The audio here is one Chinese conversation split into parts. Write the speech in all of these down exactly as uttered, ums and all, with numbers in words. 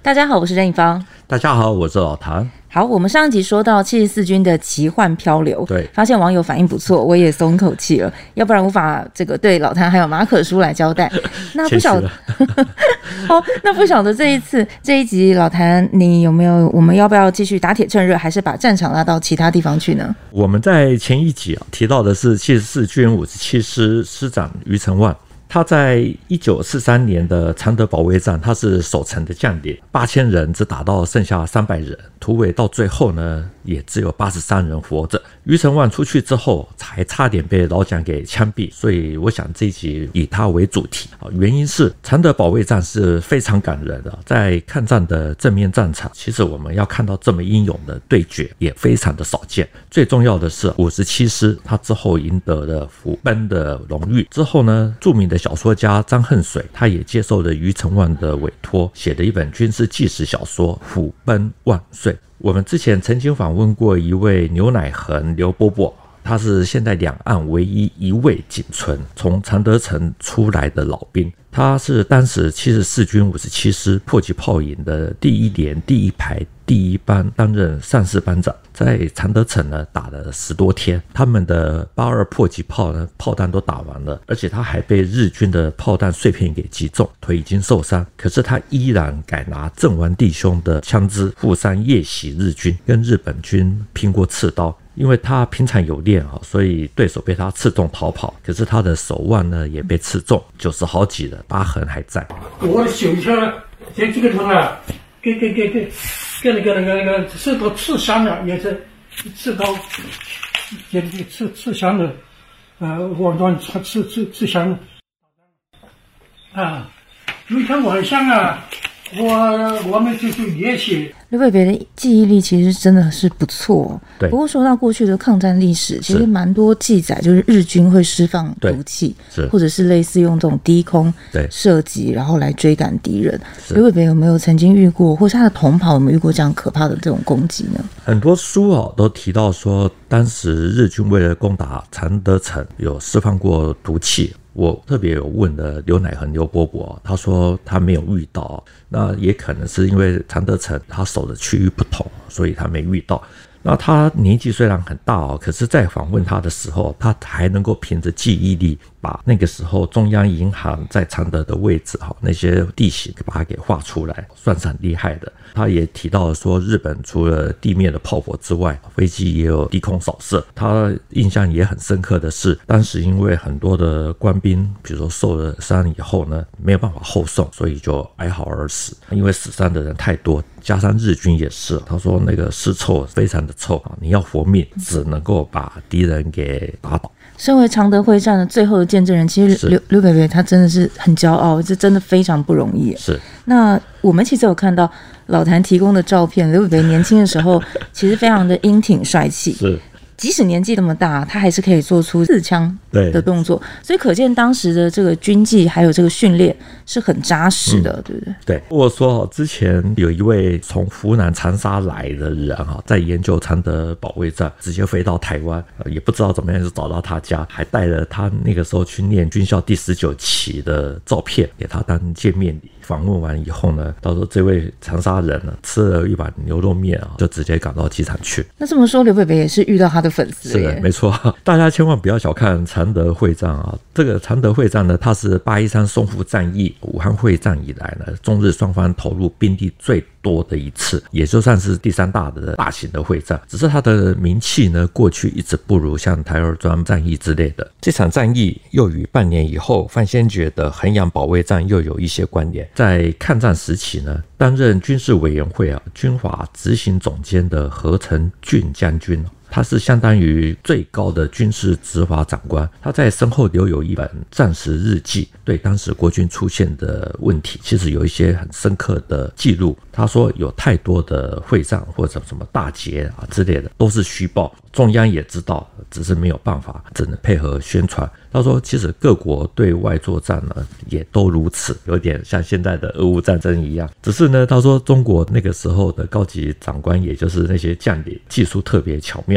大家好，我是任一方。 大家好，我是老谭。 好，我们上一集说到七十四军的奇幻漂流， 对， 发现网友反应不错，我也松口气了，要不然无法这个对老谭还有马可叔来交代。那不晓得，好，那不晓得这一次这一集老谭你有没有？我们要不要继续打铁趁热，还是把战场拉到其他地方去呢？ 我们在前一集、啊、提到的是七十四军五十七师师长余承万。他在一九四三年的常德保卫战，他是守城的将领，八千人只打到剩下三百人，突围到最后呢，也只有八十三人活着。余承万出去之后，还差点被老蒋给枪毙，所以我想这一集以他为主题。原因是常德保卫战是非常感人的，在抗战的正面战场，其实我们要看到这么英勇的对决也非常的少见。最重要的是五十七师，他之后赢得了虎贲的荣誉。之后呢，著名的小说家张恨水，他也接受了余承万的委托，写了一本军事纪实小说《虎贲万岁》。我们之前曾经访问过一位牛乃恒刘伯伯，他是现在两岸唯一一位仅存从常德城出来的老兵，他是当时七十四军五十七师迫击炮营的第一连第一排第一班担任上士班长，在常德城呢打了十多天，他们的八二迫击炮呢炮弹都打完了，而且他还被日军的炮弹碎片给击中，腿已经受伤，可是他依然敢拿阵亡弟兄的枪支赴山夜袭日军，跟日本军拼过刺刀。因为他平常有练，所以对手被他刺中逃跑，可是他的手腕呢也被刺中，九十好几了，疤痕还在。 我的手枪这这个疼啊，给给给给给那个那个那个刺刀刺伤了，也是刺刀给这个刺刺伤了，呃，往往刺刺刺刺伤了啊。有一天晚上啊，我我们就就练习。 刘北北的记忆力其实真的是不错、哦， 对。 不过说到过去的抗战历史，其实蛮多记载，就是日军会释放毒气，或者是类似用这种低空射击，然后来追赶敌人。刘北北有没有曾经遇过，或是他的同袍有没有遇过这样可怕的这种攻击呢？ 很多书、哦、都提到说，当时日军为了攻打常德城，有释放过毒气。我特别有问了刘乃恒刘伯伯，他说他没有遇到，那也可能是因为常德城他守的区域不同，所以他没遇到。那他年纪虽然很大哦，可是在访问他的时候，他还能够凭着记忆力把那个时候中央银行在常德的位置那些地形把它给画出来，算是很厉害的。他也提到说，日本除了地面的炮火之外，飞机也有低空扫射。他印象也很深刻的是，当时因为很多的官兵比如说受了伤以后呢，没有办法后送，所以就哀嚎而死。因为死伤的人太多，加上日军也是，他说那个尸臭非常的臭，你要活命只能够把敌人给打倒。 身为常德会战的最后的见证人，其实刘刘北北他真的是很骄傲，这真的非常不容易。 是。 那我们其实有看到老谭提供的照片，刘北北年轻的时候其实非常的英挺帅气。 是。 即使年纪那么大，他还是可以做出刺枪的动作，所以可见当时的这个军纪还有这个训练是很扎实的、嗯、对不对？ 对，我说之前有一位从湖南长沙来的人在研究常德保卫战，直接飞到台湾，也不知道怎么样就找到他家，还带了他那个时候去念军校第十九期的照片给他当见面礼。访问完以后呢，到时候这位长沙人呢吃了一碗牛肉面啊，就直接赶到机场去。 那这么说，刘北北也是遇到他的粉丝了耶。是的，没错。大家千万不要小看常德会战啊！这个常德会战呢，它是八一三淞沪战役、武汉会战以来呢，中日双方投入兵力最多的一次，也就算是第三大的大型的会战。只是它的名气呢，过去一直不如像台儿庄战役之类的。这场战役又与半年以后范先觉的衡阳保卫战又有一些关联。在抗战时期呢，担任军事委员会啊军法执行总监的何成俊将军，他是相当于最高的军事执法长官，他在身后留有一本战时日记，对当时国军出现的问题其实有一些很深刻的记录。他说有太多的会战或者什么大捷啊之类的都是虚报，中央也知道，只是没有办法，只能配合宣传。他说其实各国对外作战呢也都如此，有点像现在的俄乌战争一样，只是呢他说中国那个时候的高级长官，也就是那些将领技术特别巧妙，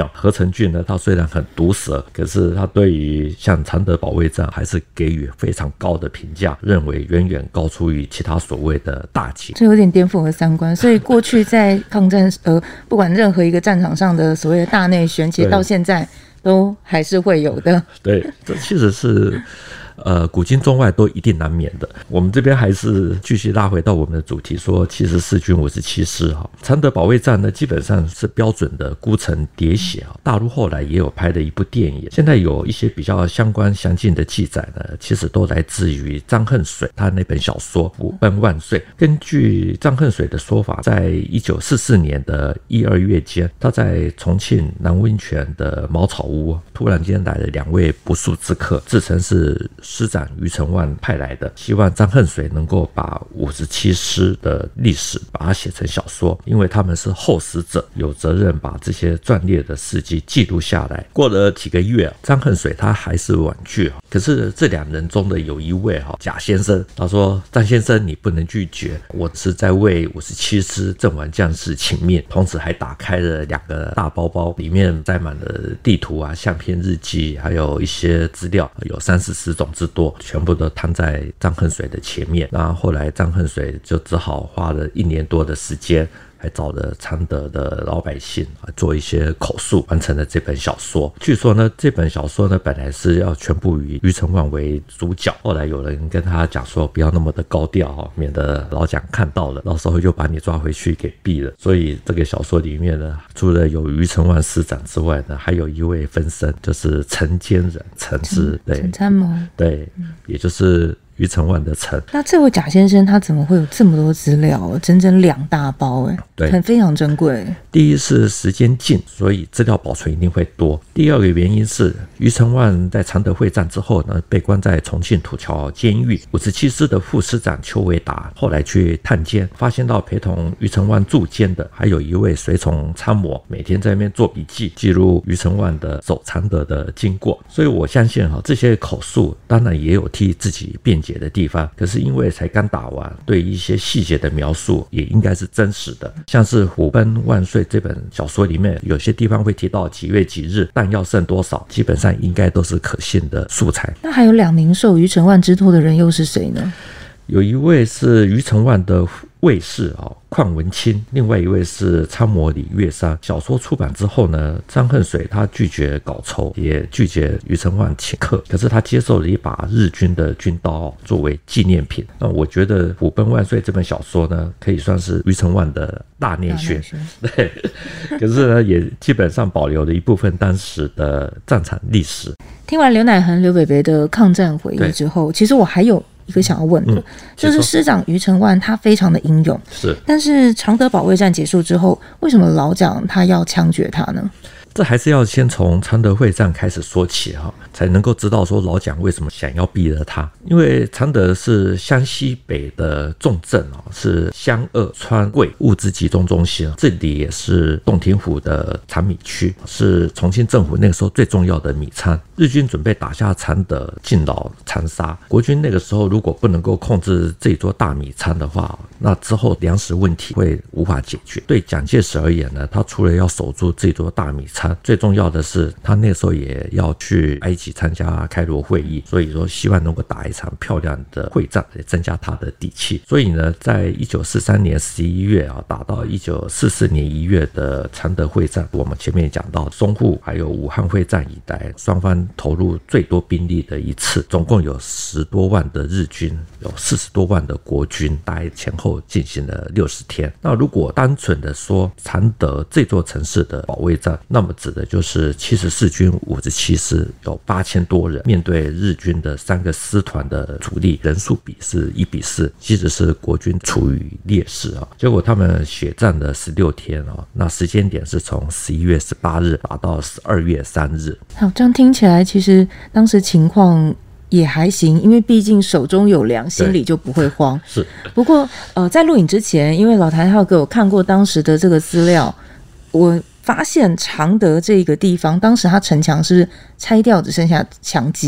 妙。何成俊呢，他虽然很毒舌，可是他对于像常德保卫战还是给予非常高的评价，认为远远高出于其他所谓的大捷。 这有点颠覆我的三观。所以过去在抗战呃，不管任何一个战场上的所谓的大内宣，其实到现在都还是会有的。 对，这其实是呃，古今中外都一定难免的。我们这边还是继续拉回到我们的主题，说七十四军五十七师哈，常德保卫战呢，基本上是标准的孤城喋血啊。大陆后来也有拍的一部电影，现在有一些比较相关详尽的记载呢，其实都来自于张恨水他那本小说《虎奔万岁》。根据张恨水的说法，在一九四四年的一二月间，他在重庆南温泉的茅草屋，突然间来了两位不速之客，自称是师长余承万派来的，希望张恨水能够把五十七师的历史把它写成小说，因为他们是后死者，有责任把这些壮烈的事迹记录下来。过了几个月，张恨水他还是婉拒，可是这两人中的有一位贾先生，他说：张先生你不能拒绝，我是在为五十七师阵亡将士请命。同时还打开了两个大包包，里面载满了地图啊、相片、日记，还有一些资料，有三四十种之多，全部都摊在张恨水的前面。那后来张恨水就只好花了一年多的时间，还找了常德的老百姓做一些口述，完成了这本小说。据说呢，这本小说呢本来是要全部以余承万为主角，后来有人跟他讲说不要那么的高调，免得老蒋看到了，到时候就把你抓回去给毙了。所以这个小说里面呢，除了有余承万师长之外呢，还有一位分身，就是陈坚人，陈是对陈参谋， 对，也就是余承万的陈。 那这位贾先生他怎么会有这么多资料？整整两大包，哎， 对， 很非常珍贵。 第一是时间近，所以资料保存一定会多。第二个原因是余承万在常德会战之后呢，被关在重庆土桥监狱。五十七师的副师长邱维达后来去探监，发现到陪同余承万驻监的还有一位随从参谋，每天在那边做笔记，记录余承万的守常德的经过。所以我相信这些口述当然也有替自己辩解的地方，可是因为才刚打完，对一些细节的描述也应该是真实的。像是《虎奔万岁》这本小说里面，有些地方会提到几月几日，弹药剩多少，基本上应该都是可信的素材。 那还有两名受余承万之托的人又是谁呢？ 有一位是余承万的卫士啊，邝文清，另外一位是参谋李月山。小说出版之后呢，张恨水他拒绝稿酬，也拒绝余承万请客，可是他接受了一把日军的军刀作为纪念品。那我觉得《虎奔万岁》这本小说呢，可以算是余承万的大内宣，对，可是呢，也基本上保留了一部分当时的战场历史。 听完刘乃恒、刘北北的抗战回忆之后，其实我还有一个想要问的，嗯、就是师长余承万他非常的英勇， 是， 但是常德保卫战结束之后，为什么老蒋他要枪决他呢？ 这还是要先从常德会战开始说起哈，才能够知道说老蒋为什么想要毙了他。因为常德是湘西北的重镇，是湘鄂川桂物资集中中心，这里也是洞庭湖的产米区，是重庆政府那个时候最重要的米仓。日军准备打下常德，进扰长沙，国军那个时候如果不能够控制这座大米仓的话，那之后粮食问题会无法解决。对蒋介石而言呢，他除了要守住这座大米仓，最重要的是他那时候也要去埃及参加开罗会议，所以说希望能够打一场漂亮的会战，也增加他的底气。所以呢，在一九四三年十一月啊，打到一九四四年一月的常德会战，我们前面也讲到淞沪还有武汉会战以来，双方投入最多兵力的一次，总共有十多万的日军，有四十多万的国军，大概前后进行了六十天。那如果单纯的说常德这座城市的保卫战，那么指的就是七十四军五十七师有八千多人，面对日军的三个师团的主力，人数比是一比四，其实是国军处于劣势啊。结果他们血战了十六天啊，那时间点是从十一月十八日打到十二月三日。 好，这样听起来其实当时情况也还行，因为毕竟手中有粮，心里就不会慌。 是， 不过呃，在录影之前，因为老谭还有给我看过当时的这个资料，我发现常德这个地方，当时它城墙是拆掉，只剩下墙基了。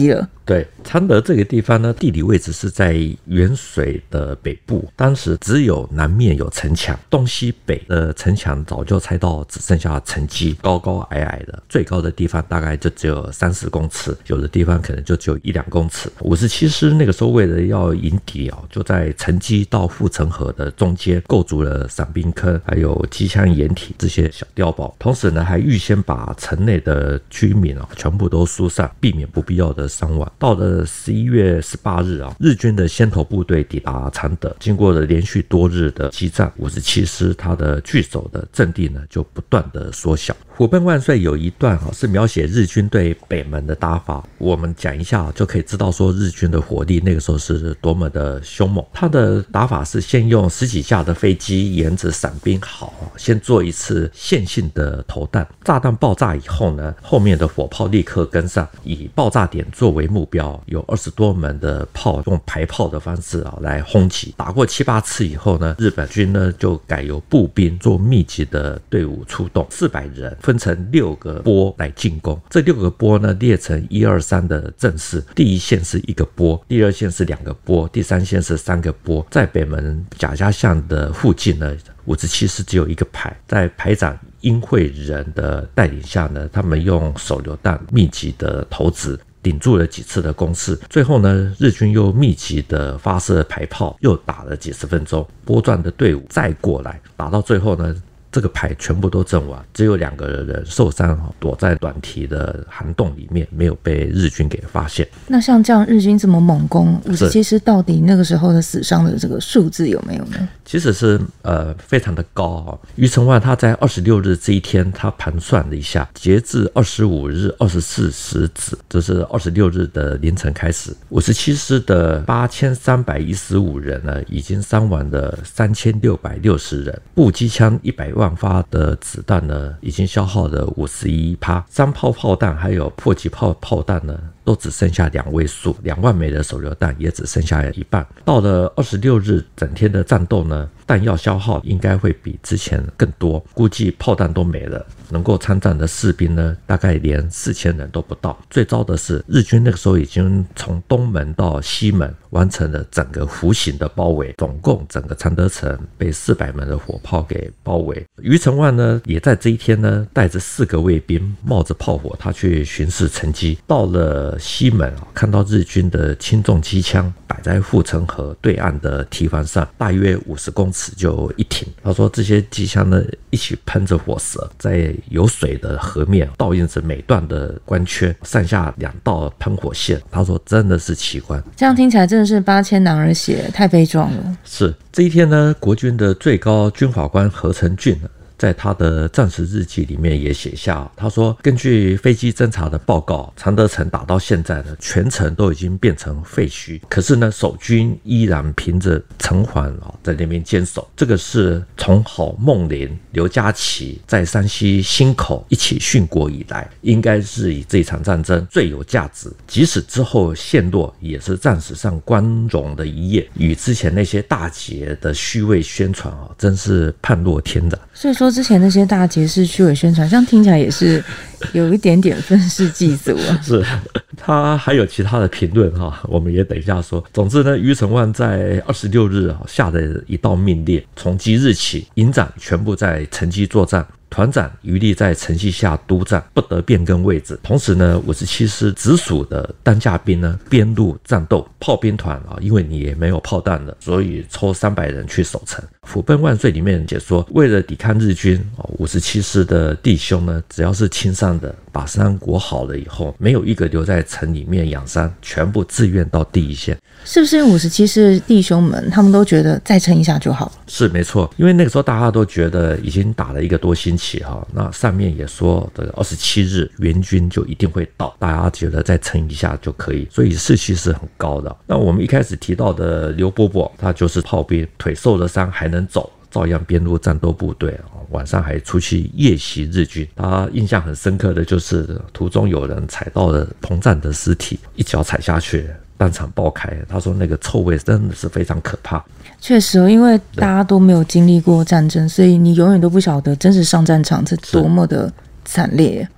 对，常德这个地方呢，地理位置是在沅水的北部，当时只有南面有城墙，东西北的城墙早就拆到只剩下城基，高高矮矮的，最高的地方大概就只有三十公尺，有的地方可能就只有一两公尺。五十七师那个时候为了要迎敌啊，就在城基到护城河的中间构筑了伞兵坑，还有机枪掩体这些小碉堡，同时呢还预先把城内的居民啊全部都疏散，避免不必要的伤亡。到了十一月十八日啊，日军的先头部队抵达常德，经过了连续多日的激战，五十七师它的据守的阵地呢就不断的缩小。虎贲万岁有一段是描写日军对北门的打法，我们讲一下就可以知道说日军的火力那个时候是多么的凶猛。他的打法是先用十几架的飞机沿着伞兵壕先做一次线性的投弹，炸弹爆炸以后呢，后面的火炮立刻跟上，以爆炸点作为目标，有二十多门的炮用排炮的方式啊来轰击。打过七八次以后呢，日本军呢就改由步兵做密集的队伍出动，四百人分成六个波来进攻。这六个波呢列成一二三的阵势，第一线是一个波，第二线是两个波，第三线是三个波。在北门贾家巷的附近呢，五十七师只有一个排，在排长殷惠仁的带领下呢，他们用手榴弹密集的投掷，顶住了几次的攻势。最后呢，日军又密集的发射排炮，又打了几十分钟，波状的队伍再过来，打到最后呢，这个排全部都阵亡，只有两个人受伤，躲在短堤的涵洞里面，没有被日军给发现。 那像这样日军这么猛攻，五十七师到底那个时候的死伤的这个数字有没有呢？ 其实是呃非常的高哦。余承万他在二十六日这一天，他盘算了一下，截至二十五日二十四时止，就是二十六日的凌晨开始，五十七师的八千三百一十五人呢，已经伤亡了三千六百六十人，步机枪一百万发的子弹呢，已经消耗了 百分之五十一，山炮炮弹还有迫击炮炮弹呢，都只剩下两位数，两万枚的手榴弹也只剩下一半。到了二十六日整天的战斗呢，弹药消耗应该会比之前更多，估计炮弹都没了，能够参战的士兵呢，大概连四千人都不到。最糟的是，日军那个时候已经从东门到西门完成了整个弧形的包围，总共整个常德城被四百门的火炮给包围。余承万呢，也在这一天呢，带着四个卫兵，冒着炮火，他去巡视城基。到了西门，看到日军的轻重机枪摆在护城河对岸的堤防上，大约五十公尺就一挺。他说这些机枪呢，一起喷着火舌，在有水的河面倒映着每段的关圈，上下两道喷火线。他说真的是奇观。 这样听起来真的是八千男儿血，太悲壮了。 是，这一天呢，国军的最高军法官何成俊在他的战时日记里面也写下，他说根据飞机侦察的报告，常德城打到现在呢，全城都已经变成废墟，可是呢，守军依然凭着城环在那边坚守。这个是从郝梦麟、刘家琪在山西忻口一起殉国以来，应该是以这场战争最有价值，即使之后陷落，也是战史上光荣的一页，与之前那些大捷的虚伪宣传啊，真是判若天然。 所以说之前那些大捷是虚伪宣传，这样听起来也是有一点点愤世嫉俗啊。 是，他还有其他的评论哈，我们也等一下说。总之呢，余承万在二十六日下的一道命令，从即日起，营长全部在城基作战，团长余力在城西下督战，不得变更位置。同时呢，五十七师直属的担架兵呢，边路战斗，炮兵团啊，因为你也没有炮弹了，所以抽三百人去守城。虎贲万岁里面解说，为了抵抗日军，五十七师的弟兄呢，只要是轻伤的，把伤裹好了以后，没有一个留在城里面养伤，全部自愿到第一线。 是不是因为五十七师弟兄们他们都觉得再撑一下就好？ 是没错，因为那个时候大家都觉得已经打了一个多星期哈，那上面也说这个二十七日援军就一定会到，大家觉得再撑一下就可以，所以士气是很高的。那我们一开始提到的刘伯伯，他就是炮兵，腿受了伤还能走，照样编入战斗部队，晚上还出去夜袭日军。他印象很深刻的就是途中有人踩到了彭战的尸体，一脚踩下去当场爆开，他说那个臭味真的是非常可怕。 确实哦，因为大家都没有经历过战争，所以你永远都不晓得真实上战场是多么的惨烈。 对，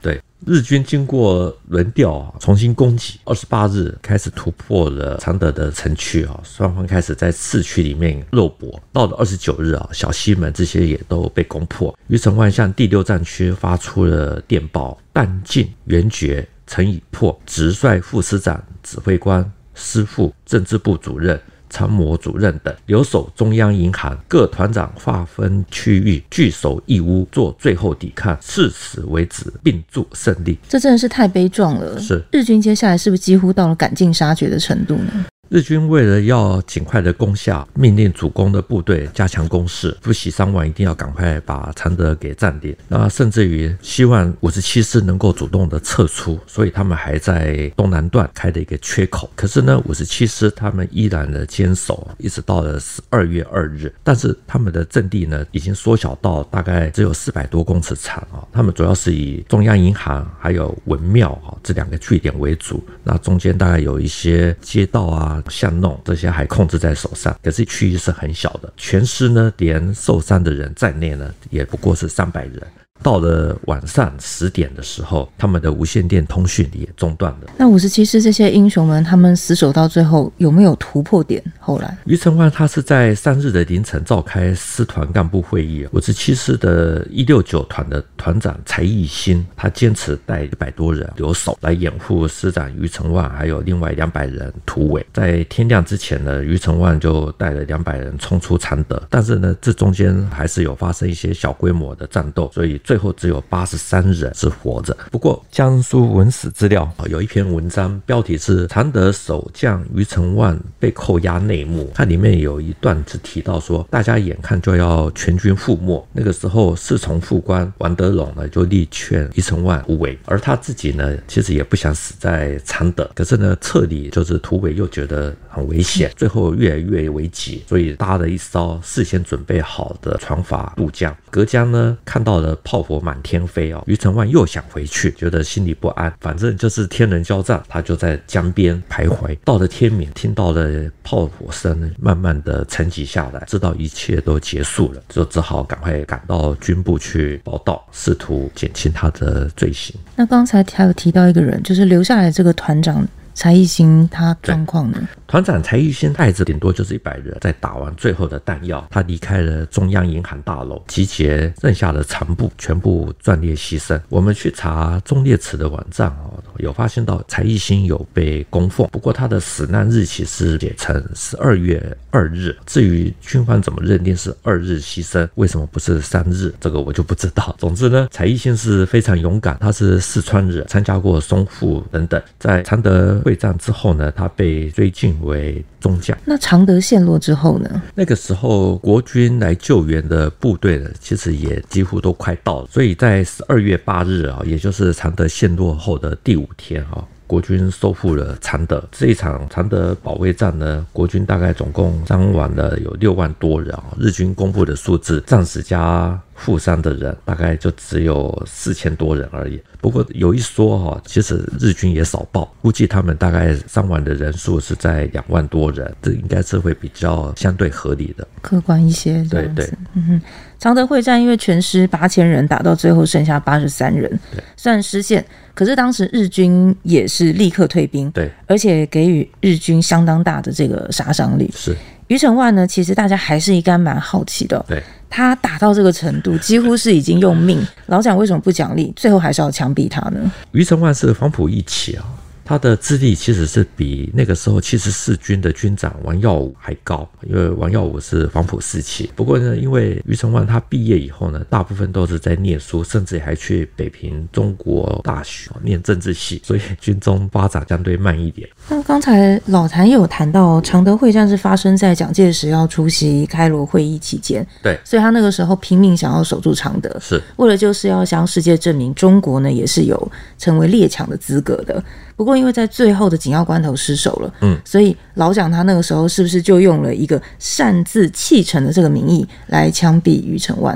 日军经过轮调啊，重新攻击，二十八日开始突破了常德的城区啊，双方开始在市区里面肉搏。到了二十九日啊，小西门这些也都被攻破。余承万向第六战区发出了电报，弹尽援绝，城已破，直率副师长、指挥官、师副、政治部主任、参谋主任等留守中央银行，各团长划分区域，据守义乌，做最后抵抗，至死为止，并祝胜利。 这真的是太悲壮了。 是， 日军接下来是不是几乎到了赶尽杀绝的程度呢？ 日军为了要尽快的攻下，命令主攻的部队加强攻势，不惜伤亡，一定要赶快把常德给占领。那甚至于希望五十七师能够主动的撤出，所以他们还在东南段开了一个缺口。可是呢，五十七师他们依然的坚守，一直到了十二月二日。但是他们的阵地呢，已经缩小到大概只有四百多公尺长啊。他们主要是以中央银行还有文庙啊这两个据点为主，那中间大概有一些街道啊、巷弄这些还控制在手上，可是区域是很小的。全师呢，连受伤的人在内呢，也不过是三百人。到了晚上十点的时候，他们的无线电通讯也中断了。 那五十七师这些英雄们，他们死守到最后有没有突破点？后来余承万他是在三日的凌晨召开师团干部会议，五十七师的一六九团的团长柴义兴，他坚持带一百多人留守来掩护师长余承万还有另外两百人突围。在天亮之前呢，余承万就带了两百人冲出常德，但是呢，这中间还是有发生一些小规模的战斗，所以最后只有八十三人是活着。不过江苏文史资料有一篇文章，标题是常德守将余承万被扣押内幕，它里面有一段只提到说，大家眼看就要全军覆没，那个时候侍从副官王德荣呢就力劝余承万突围，而他自己呢其实也不想死在常德，可是呢撤离就是突围又觉得很危险，最后越来越危急，所以搭了一艘事先准备好的船筏渡江。隔江呢看到了炮火满天飞哦，余承万又想回去，觉得心里不安，反正就是天人交战，他就在江边徘徊。到了天明，听到了炮火声慢慢的沉寂下来，知道一切都结束了，就只好赶快赶到军部去报到，试图减轻他的罪行。 那刚才还有提到一个人，就是留下来这个团长柴义兴，他状况呢？ 团长柴义兴带着顶多就是一百人，在打完最后的弹药，他离开了中央银行大楼，集结剩下的残部，全部壮烈牺牲。我们去查忠烈祠的网站哦，有发现到柴义兴有被供奉，不过他的死难日期是写成十二月二日。至于军方怎么认定是二日牺牲，为什么不是三日，这个我就不知道。总之呢，柴义兴是非常勇敢，他是四川人，参加过淞沪等等。在常德会战之后呢，他被追进为中将。 那常德陷落之后呢？ 那个时候国军来救援的部队呢，其实也几乎都快到了，所以在十二月八日啊，也就是常德陷落后的第五天啊，国军收复了常德。这一场常德保卫战呢，国军大概总共伤亡了有六万多人啊，日军公布的数字，战死加负伤的人大概就只有四千多人而已。不过有一说哈、哦，其实日军也少报，估计他们大概伤亡的人数是在两万多人，这应该是会比较相对合理的， 客观一些这样子。 对对， 嗯哼。常德会战因为全师八千人打到最后剩下八十三人，虽然失陷，可是当时日军也是立刻退兵， 对， 而且给予日军相当大的这个杀伤力。 是余承万呢，其实大家还是应该蛮好奇的、哦， 对， 他打到这个程度，几乎是已经用命，老蒋为什么不奖励，最后还是要枪毙他呢？ 余承万是黄埔一期啊。他的资历其实是比那个时候七十四军的军长王耀武还高，因为王耀武是黄埔四期。不过呢，因为余承万他毕业以后呢，大部分都是在念书，甚至还去北平中国大学念政治系，所以军中发展相对慢一点。 那刚才老谭也有谈到，常德会战是发生在蒋介石要出席开罗会议期间， 对， 所以他那个时候拼命想要守住常德， 是为了就是要向世界证明中国呢也是有成为列强的资格的。不过因为在最后的紧要关头失手了，嗯，所以老蒋他那个时候是不是就用了一个擅自弃城的这个名义来枪毙余承万呢？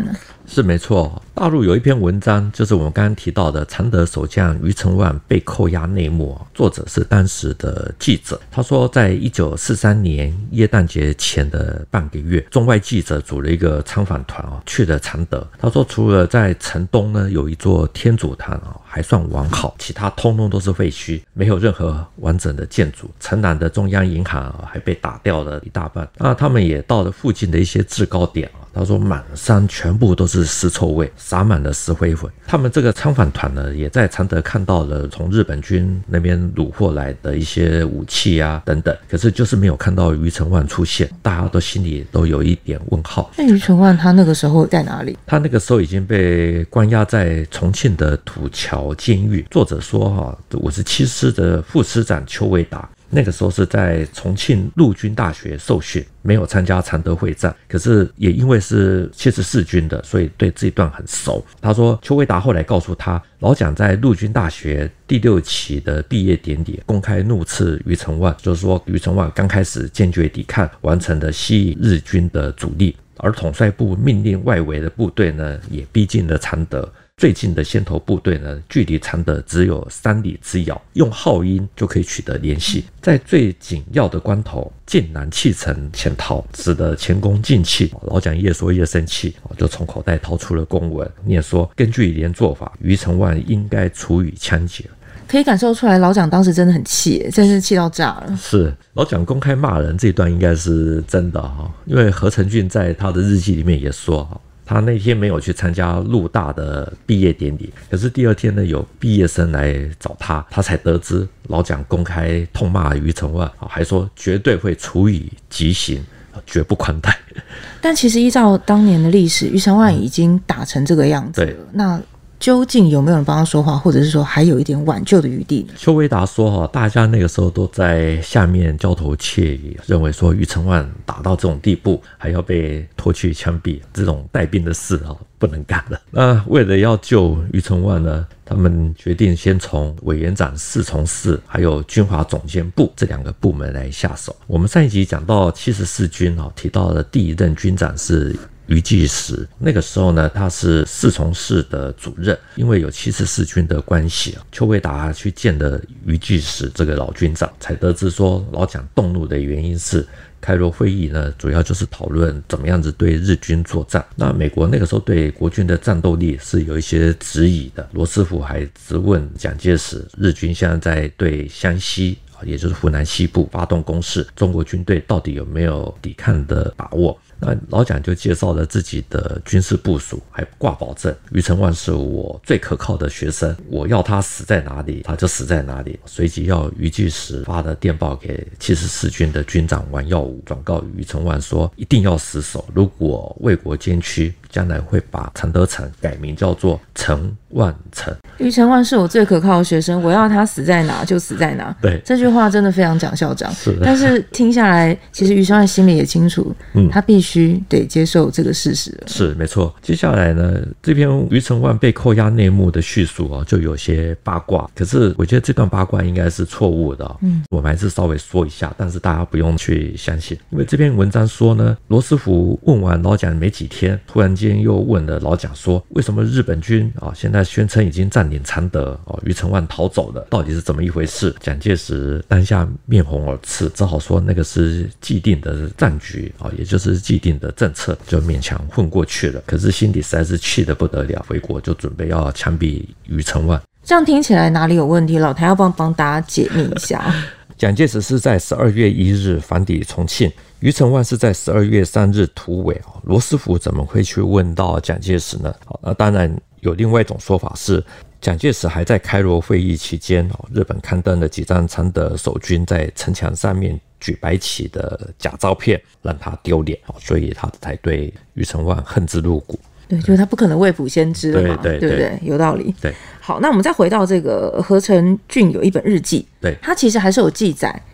是没错，大陆有一篇文章，就是我们刚刚提到的常德守将余承万被扣押内幕，作者是当时的记者。他说，在一九四三年耶诞节前的半个月，中外记者组了一个参访团去了常德。他说，除了在城东呢有一座天主堂还算完好，其他通通都是废墟，没有任何完整的建筑。城南的中央银行还被打掉了一大半。那他们也到了附近的一些制高点，他说满山全部都是尸臭味，撒满了石灰粉。他们这个参访团呢，也在常德看到了从日本军那边掳获来的一些武器啊等等，可是就是没有看到余承万出现，大家都心里都有一点问号。 那余承万他那个时候在哪里？ 他那个时候已经被关押在重庆的土桥监狱。作者说哈，五十七师的副师长邱维达那个时候是在重庆陆军大学受训，没有参加常德会战，可是也因为是七十四军的，所以对这一段很熟。他说邱维达后来告诉他，老蒋在陆军大学第六期的毕业典礼公开怒斥余承万，就是说余承万刚开始坚决抵抗，完成了西日军的主力，而统帅部命令外围的部队呢也逼近了常德。最近的先头部队呢，距离常德只有三里之遥，用号音就可以取得联系。在最紧要的关头，竟然弃城潜逃，使得前功尽弃。老蒋越说越生气，就从口袋掏出了公文，念说：根据原做法，余承万应该处以枪决。 可以感受出来，老蒋当时真的很气，真是气到炸了。 是老蒋公开骂人这一段应该是真的哈，因为何成俊在他的日记里面也说，他那天没有去参加陆大的毕业典礼，可是第二天呢，有毕业生来找他，他才得知老蒋公开痛骂余承万，还说绝对会处以极刑，绝不宽待。 但其实依照当年的历史，余承万已经打成这个样子了，那究竟有没有人帮他说话，或者是说还有一点挽救的余地呢？ 邱维达说，大家那个时候都在下面交头窃语，认为说余承万打到这种地步，还要被拖去枪毙，这种带兵的事不能干了。那为了要救余承万呢，他们决定先从委员长侍从室还有军阀总监部这两个部门来下手。我们上一集讲到七十四军提到的第一任军长是余继时，那个时候呢，他是侍从室的主任，因为有七十四军的关系，邱维达去见了余继时这个老军长，才得知说老蒋动怒的原因是开罗会议呢，主要就是讨论怎么样子对日军作战。那美国那个时候对国军的战斗力是有一些质疑的，罗斯福还质问蒋介石，日军现在在对湘西，也就是湖南西部发动攻势，中国军队到底有没有抵抗的把握？那老蒋就介绍了自己的军事部署，还挂保证余承万是我最可靠的学生，我要他死在哪里他就死在哪里。随即要余继时发了电报给七十四军的军长王耀武，转告余承万说一定要死守，如果为国捐躯，将来会把常德城改名叫做承万城。 余承万是我最可靠的学生，我要他死在哪就死在哪。 对， 这句话真的非常讲校长。 是的， 但是听下来，其实余承万心里也清楚，嗯，他必须得接受这个事实了。 是没错。接下来呢，这篇余承万被扣押内幕的叙述哦，就有些八卦。可是我觉得这段八卦应该是错误的哦，嗯，我们还是稍微说一下，但是大家不用去相信，因为这篇文章说呢，罗斯福问完老蒋没几天，突然间又问了老蒋说，为什么日本军啊现在宣称已经占领常德，哦，余承万逃走了，到底是怎么一回事？蒋介石当下面红耳赤，只好说那个是既定的战局啊，也就是既定的政策，就勉强混过去了。可是心里实在是气得不得了，回国就准备要枪毙余承万。 这样听起来哪里有问题？老台要不要帮大家解密一下？ 蒋介石是在十二月一日返抵重庆，余承万是在十二月三日突围。罗斯福怎么会去问到蒋介石呢？那当然有另外一种说法是，蒋介石还在开罗会议期间，日本刊登了几张常德守军在城墙上面举白旗的假照片，让他丢脸，所以他才对余承万恨之入骨。 对，就是他不可能未卜先知的嘛， 对对对, 对不对？有道理。 对， 好，那我们再回到这个何成俊有一本日记， 对， 他其实还是有记载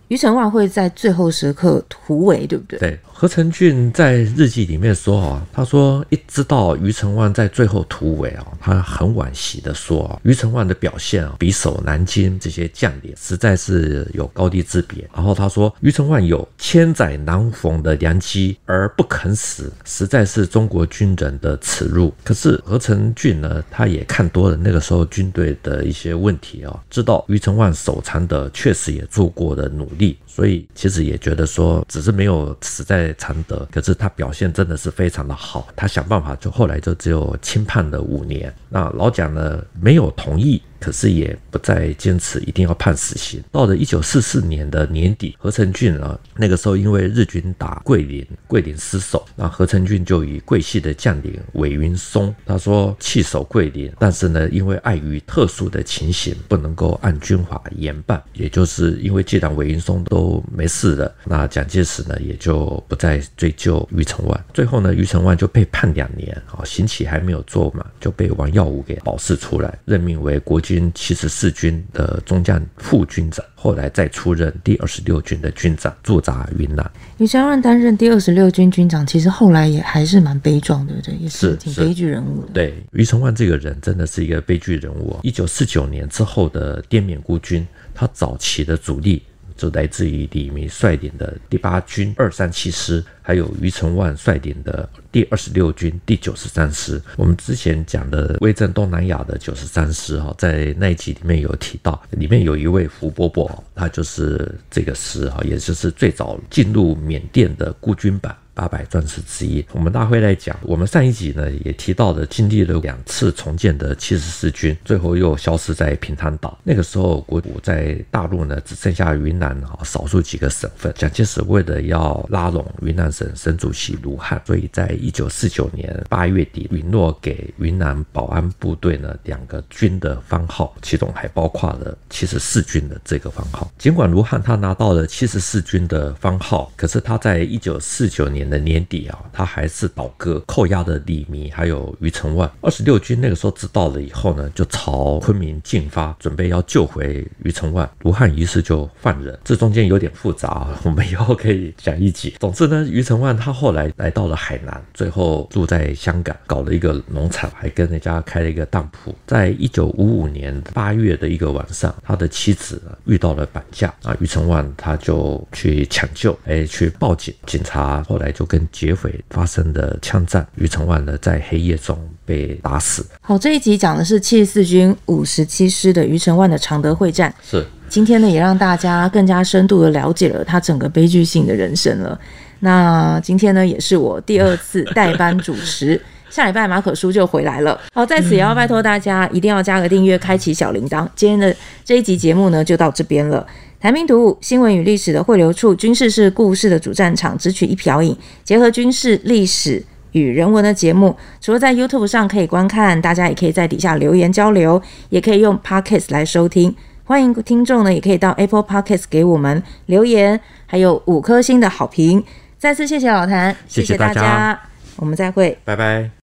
于承万会在最后时刻突围，对不对？ 对，何成俊在日记里面说啊，他说一知道于承万在最后突围啊，他很惋惜的说啊，于承万的表现啊，比守南京这些将领实在是有高低之别。然后他说，于承万有千载难逢的良机而不肯死，实在是中国军人的耻辱。可是何成俊呢，他也看多了那个时候军队的一些问题啊，知道于承万守残的确实也做过的努力，所以其实也觉得说只是没有死在常德，可是他表现真的是非常的好，他想办法就后来就只有轻判了五年。那老蒋呢没有同意，可是也不再坚持一定要判死刑。到了一九四四年的年底，何成俊啊，那个时候因为日军打桂林，桂林失守，那何成俊就与桂系的将领韦云松，他说弃守桂林，但是呢，因为碍于特殊的情形，不能够按军法严办，也就是因为既然韦云松都没事了，那蒋介石呢也就不再追究于承万。最后呢，于承万就被判两年，刑期还没有做满，就被王耀武给保释出来，任命为国军七十四军的中将副军长，后来再出任第二十六军的军长，驻扎云南。 于承万担任第二十六军军长，其实后来也还是蛮悲壮，对不对？也是挺悲剧人物的。 对，于承万这个人真的是一个悲剧人物。一九四九年之后的滇缅孤军，他早期的主力就来自于李弥率领的第八军二三七师，还有于承万率领的第二十六军第九十三师。我们之前讲的威震东南亚的九十三师，在那一集里面有提到，里面有一位福伯伯，他就是这个师，也就是最早进入缅甸的孤军版八百壮士之一。我们大会来讲，我们上一集呢也提到了经历了两次重建的七十四军，最后又消失在平潭岛。那个时候国府在大陆呢只剩下云南少数几个省份，蒋介石为了要拉拢云南省省主席卢汉，所以在一九四九年八月底允诺给云南保安部队呢两个军的番号，其中还包括了七十四军的这个番号。尽管卢汉他拿到了七十四军的番号，可是他在一九四九年的年底啊，他还是倒戈扣押了李弥还有于承万。二十六军那个时候知道了以后呢，就朝昆明进发，准备要救回于承万。卢汉于是就放人，这中间有点复杂，我们以后可以讲一集。总之呢，于承万他后来来到了海南，最后住在香港，搞了一个农场，还跟人家开了一个当铺。在一九五五年八月的一个晚上，他的妻子遇到了绑架啊，于承万他就去抢救，哎，去报警，警察后来就跟劫匪发生了枪战，于承万呢在黑夜中被打死。 好，这一集讲的是七十四军五十七师的于承万的常德会战。 是， 今天呢也让大家更加深度的了解了他整个悲剧性的人生了。那今天呢也是我第二次代班主持。下礼拜马可叔就回来了。好，在此也要拜托大家一定要加个订阅，开启小铃铛。今天的这一集节目呢就到这边了。谈兵读武，新闻与历史的汇流处，军事是故事的主战场，只取一瓢饮，结合军事、历史与人文的节目，除了在 YouTube 上可以观看，大家也可以在底下留言交流，也可以用 Podcast 来收听。欢迎听众呢，也可以到 Apple Podcast 给我们留言，还有五颗星的好评。再次谢谢老谭， 谢谢大家， 我们再会， 拜拜。